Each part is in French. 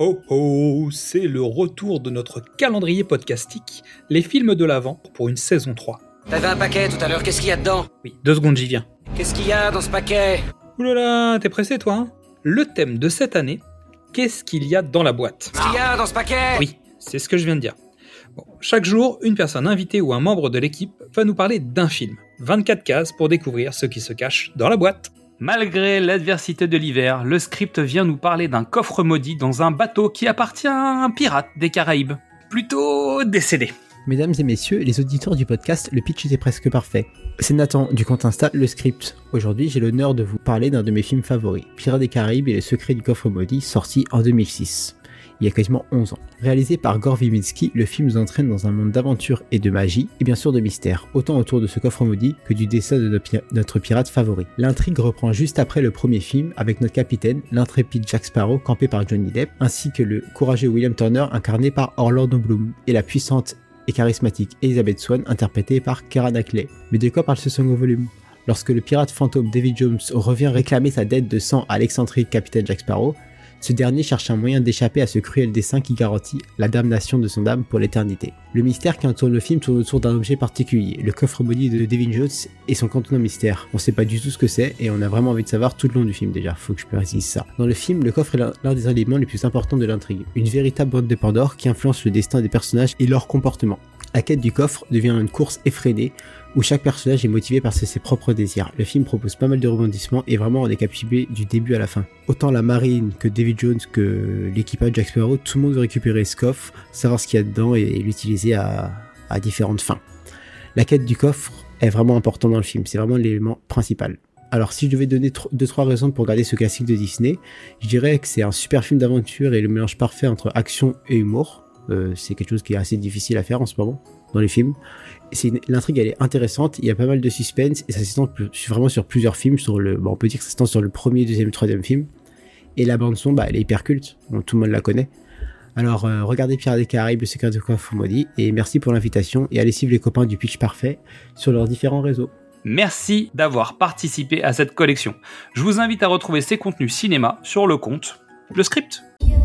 ho ho, c'est le retour de notre calendrier podcastique, les films de l'Avent pour une saison 3. T'avais un paquet tout à l'heure, qu'est-ce qu'il y a dedans ? Oui, 2 secondes, j'y viens. Qu'est-ce qu'il y a dans ce paquet ? Oulala, t'es pressé toi hein ? Le thème de cette année, qu'est-ce qu'il y a dans la boîte ? Qu'est-ce qu'il y a dans ce paquet ? Oui, c'est ce que je viens de dire. Bon, chaque jour, une personne invitée ou un membre de l'équipe va nous parler d'un film. 24 cases pour découvrir ce qui se cache dans la boîte. Malgré l'adversité de l'hiver, le script vient nous parler d'un coffre maudit dans un bateau qui appartient à un pirate des Caraïbes. Plutôt décédé. Mesdames et messieurs, les auditeurs du podcast, le pitch était presque parfait. C'est Nathan du compte Insta Le Script. Aujourd'hui, j'ai l'honneur de vous parler d'un de mes films favoris, Pirates des Caraïbes et les secrets du coffre maudit, sorti en 2006. Il y a quasiment 11 ans. Réalisé par Gore Verbinski, le film nous entraîne dans un monde d'aventure et de magie, et bien sûr de mystère, autant autour de ce coffre maudit que du destin de notre pirate favori. L'intrigue reprend juste après le premier film, avec notre capitaine, l'intrépide Jack Sparrow, campé par Johnny Depp, ainsi que le courageux William Turner, incarné par Orlando Bloom, et la puissante et charismatique Elizabeth Swann, interprétée par Keira Knightley. Mais de quoi parle ce second volume ? Lorsque le pirate fantôme Davy Jones revient réclamer sa dette de sang à l'excentrique capitaine Jack Sparrow, ce dernier cherche un moyen d'échapper à ce cruel dessein qui garantit la damnation de son âme pour l'éternité. Le mystère qui entoure le film tourne autour d'un objet particulier, le coffre maudit de Davy Jones et son contenant mystère. On sait pas du tout ce que c'est et on a vraiment envie de savoir tout le long du film déjà, faut que je précise ça. Dans le film, le coffre est l'un des éléments les plus importants de l'intrigue, une véritable boîte de Pandore qui influence le destin des personnages et leur comportement. La quête du coffre devient une course effrénée où chaque personnage est motivé par ses propres désirs. Le film propose pas mal de rebondissements et vraiment on est captivé du début à la fin. Autant la marine que Davy Jones que l'équipage Jack Sparrow, tout le monde veut récupérer ce coffre, savoir ce qu'il y a dedans et l'utiliser à différentes fins. La quête du coffre est vraiment importante dans le film, c'est vraiment l'élément principal. Alors si je devais donner 2-3 raisons pour regarder ce classique de Disney, je dirais que c'est un super film d'aventure et le mélange parfait entre action et humour. C'est quelque chose qui est assez difficile à faire en ce moment dans les films. L'intrigue elle est intéressante, il y a pas mal de suspense et ça s'étend vraiment sur plusieurs films. On peut dire que ça s'étend sur le premier, deuxième et troisième film. Et la bande son, elle est hyper culte, tout le monde la connaît. Alors regardez Pirates des Caraïbes, le secret du coffre maudit et merci pour l'invitation et allez suivre les copains du Pitch Parfait sur leurs différents réseaux. Merci d'avoir participé à cette collection. Je vous invite à retrouver ces contenus cinéma sur le compte Le Script.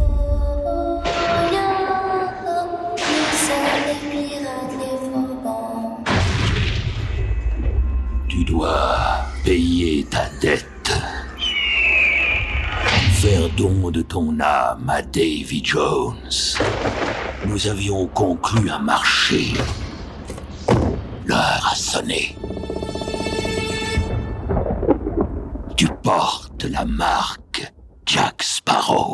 Tu dois payer ta dette. Faire don de ton âme à Davy Jones. Nous avions conclu un marché. L'heure a sonné. Tu portes la marque Jack Sparrow.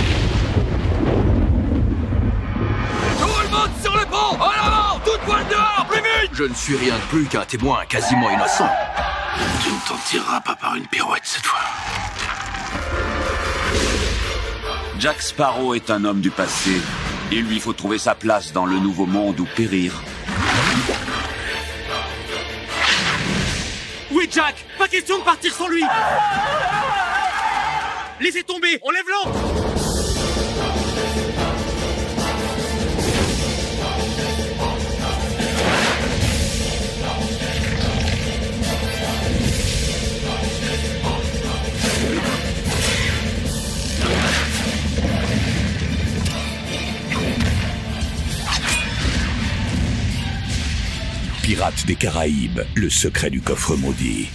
Tout le monde sur le pont! En avant! Toute voile dehors! Plus vite! Je ne suis rien de plus qu'un témoin quasiment innocent. Tu ne t'en tireras pas par une pirouette cette fois. Jack Sparrow est un homme du passé. Il lui faut trouver sa place dans le nouveau monde ou périr. Oui, Jack! Pas question de partir sans lui! Laissez tomber! On lève l'ancre! Pirates des Caraïbes, le secret du coffre maudit.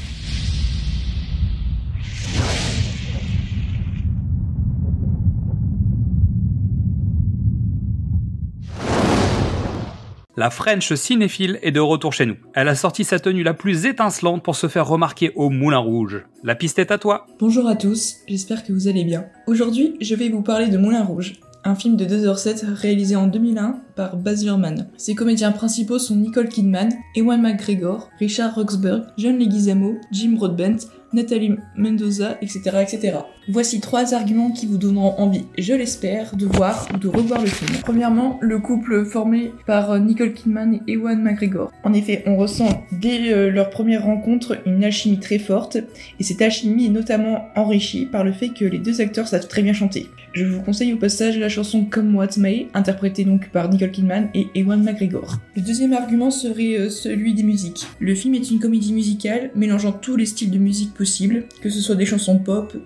La French cinéphile est de retour chez nous. Elle a sorti sa tenue la plus étincelante pour se faire remarquer au Moulin Rouge. La piste est à toi. Bonjour à tous, j'espère que vous allez bien. Aujourd'hui, je vais vous parler de Moulin Rouge, un film de 2h07 réalisé en 2001 par Baz Luhrmann. Ses comédiens principaux sont Nicole Kidman, Ewan McGregor, Richard Roxburgh, John Leguizamo, Jim Broadbent, Nathalie Mendoza, etc., etc. Voici 3 arguments qui vous donneront envie, je l'espère, de voir ou de revoir le film. Premièrement, le couple formé par Nicole Kidman et Ewan McGregor. En effet, on ressent dès leur première rencontre une alchimie très forte, et cette alchimie est notamment enrichie par le fait que les 2 acteurs savent très bien chanter. Je vous conseille au passage la chanson Come What May, interprétée donc par Nicole Kidman et Ewan McGregor. Le deuxième argument serait celui des musiques. Le film est une comédie musicale mélangeant tous les styles de musique possibles, que ce soit des chansons pop, de Madonna,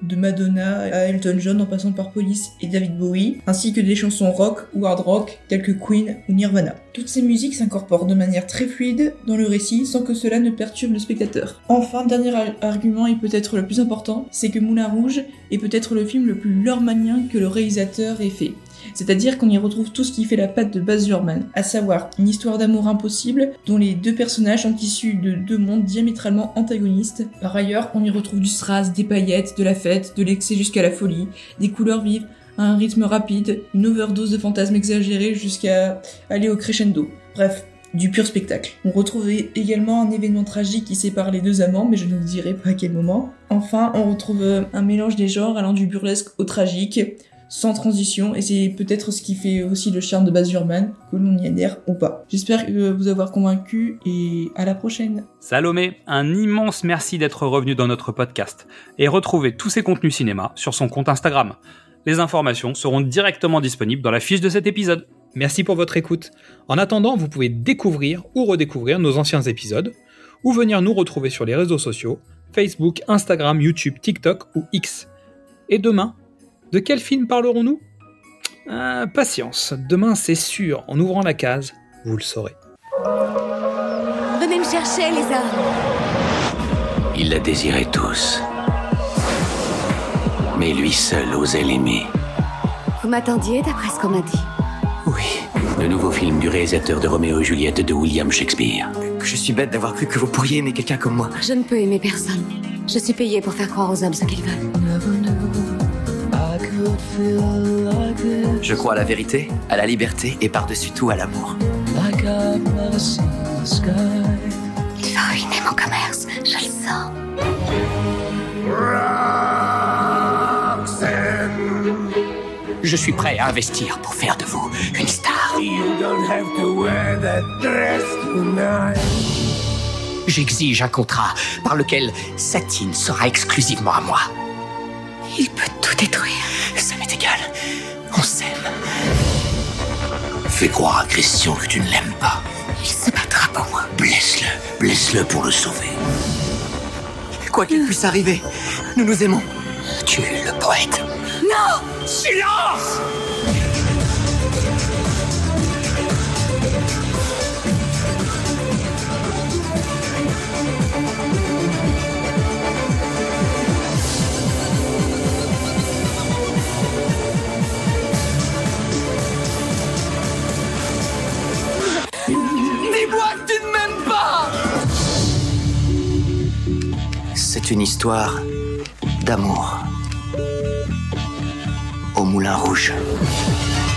Madonna à Elton John en passant par Police et David Bowie, ainsi que des chansons rock ou hard rock telles que Queen ou Nirvana. Toutes ces musiques s'incorporent de manière très fluide dans le récit sans que cela ne perturbe le spectateur. Enfin, dernier argument et peut-être le plus important, c'est que Moulin Rouge est peut-être le film le plus Luhrmannien que le réalisateur ait fait. C'est-à-dire qu'on y retrouve tout ce qui fait la patte de Baz Luhrmann, à savoir une histoire d'amour impossible dont les deux personnages sont issus de deux mondes diamétralement antagonistes. Par ailleurs, on y retrouve du strass, des paillettes, de la fête, de l'excès jusqu'à la folie, des couleurs vives, un rythme rapide, une overdose de fantasmes exagérés jusqu'à aller au crescendo. Bref, du pur spectacle. On retrouve également un événement tragique qui sépare les deux amants, mais je ne vous dirai pas à quel moment. Enfin, on retrouve un mélange des genres allant du burlesque au tragique, sans transition, et c'est peut-être ce qui fait aussi le charme de Baz Luhrmann, que l'on y adhère ou pas. J'espère vous avoir convaincu, et à la prochaine. Salomé, un immense merci d'être revenu dans notre podcast, et retrouvez tous ses contenus cinéma sur son compte Instagram. Les informations seront directement disponibles dans la fiche de cet épisode. Merci pour votre écoute. En attendant, vous pouvez découvrir ou redécouvrir nos anciens épisodes, ou venir nous retrouver sur les réseaux sociaux, Facebook, Instagram, YouTube, TikTok ou X. Et demain, de quel film parlerons-nous ? Patience, demain c'est sûr, en ouvrant la case, vous le saurez. Venez me chercher, les hommes. Ils la désiraient tous. Mais lui seul osait l'aimer. Vous m'attendiez d'après ce qu'on m'a dit. Oui, le nouveau film du réalisateur de Roméo et Juliette de William Shakespeare. Je suis bête d'avoir cru que vous pourriez aimer quelqu'un comme moi. Je ne peux aimer personne. Je suis payée pour faire croire aux hommes ce qu'ils veulent. Je crois à la vérité, à la liberté et par-dessus tout à l'amour. Il va ruiner mon commerce, je le sens. Je suis prêt à investir pour faire de vous une star. J'exige un contrat par lequel Satine sera exclusivement à moi. Il peut tout détruire. Ça m'est égal. On s'aime. Fais croire à Christian que tu ne l'aimes pas. Il se battra pour moi. Blesse-le. Blesse-le pour le sauver. Quoi qu'il puisse arriver, nous nous aimons. Tu es le poète. Non! Silence! Dis-moi que tu ne m'aimes pas! C'est une histoire d'amour. Au Moulin Rouge.